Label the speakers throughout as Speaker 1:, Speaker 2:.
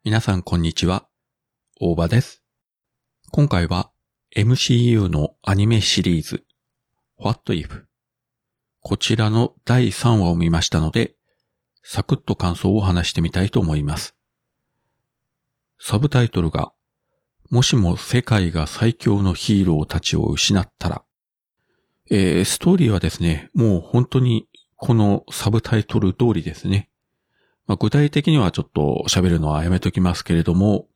Speaker 1: 皆さんこんにちは、大場です。今回は MCU のアニメシリーズ What If こちらの第3話を見ましたので、サクッと感想を話してみたいと思います。サブタイトルがもしも世界が最強のヒーローたちを失ったら、ストーリーはですね、もう本当にこのサブタイトル通りですね。具体的にはちょっと喋るのはやめときますけれども、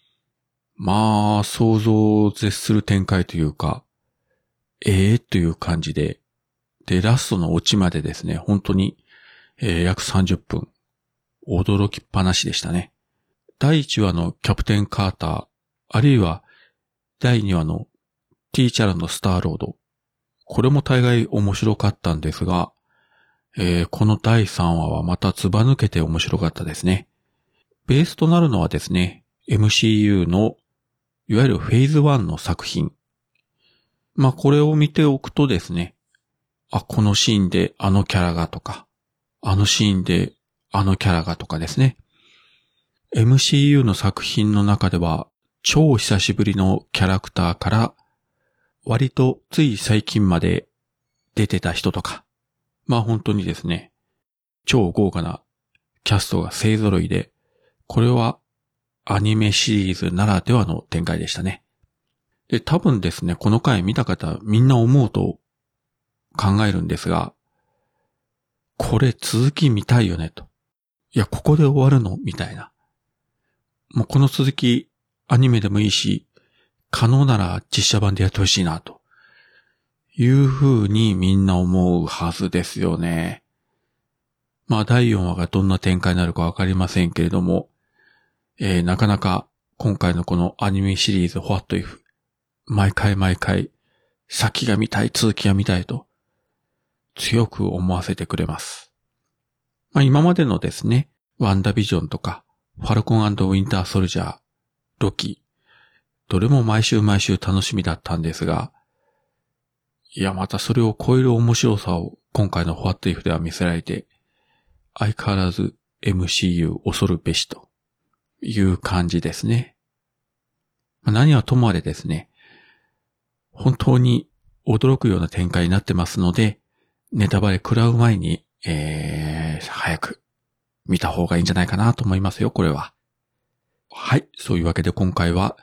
Speaker 1: 想像を絶する展開というか、という感じで、ラストのオチまでですね、本当に、約30分、驚きっぱなしでしたね。第1話のキャプテン・カーター、あるいは第2話のティーチャラのスターロード、これも大概面白かったんですが、この第3話はまたずば抜けて面白かったですね。ベースとなるのはですね、MCU のいわゆるフェーズ1の作品。これを見ておくとですね、このシーンであのキャラがとか、あのシーンであのキャラがとかですね。MCU の作品の中では超久しぶりのキャラクターから割とつい最近まで出てた人とか、本当にですね、超豪華なキャストが勢揃いで、これはアニメシリーズならではの展開でしたね。で、多分ですね、この回見た方みんな思うと考えるんですが、これ続き見たいよねと。いや、ここで終わるのみたいな。もうこの続きアニメでもいいし、可能なら実写版でやってほしいなという風にみんな思うはずですよね。第4話がどんな展開になるかわかりませんけれども、なかなか今回のこのアニメシリーズ What If 毎回先が見たい、続きが見たいと強く思わせてくれます。今までのですね、ワンダビジョンとかファルコン&ウィンターソルジャー、ロキ、どれも毎週楽しみだったんですが、いやまたそれを超える面白さを今回の What If では見せられて、相変わらず MCU 恐るべしという感じですね。何はともあれですね、本当に驚くような展開になってますので、ネタバレ食らう前に、早く見た方がいいんじゃないかなと思いますよ、これは。はい、そういうわけで今回は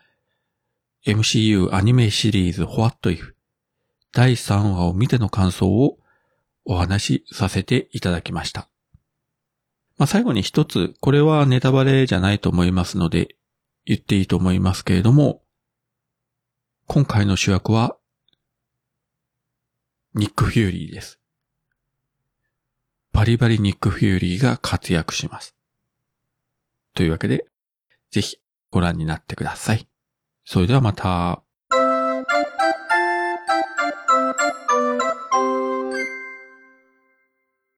Speaker 1: MCU アニメシリーズ What If 第3話を見ての感想をお話しさせていただきました。最後に一つ、これはネタバレじゃないと思いますので、言っていいと思いますけれども、今回の主役は、ニック・フューリーです。バリバリニック・フューリーが活躍します。というわけで、ぜひご覧になってください。それではまた。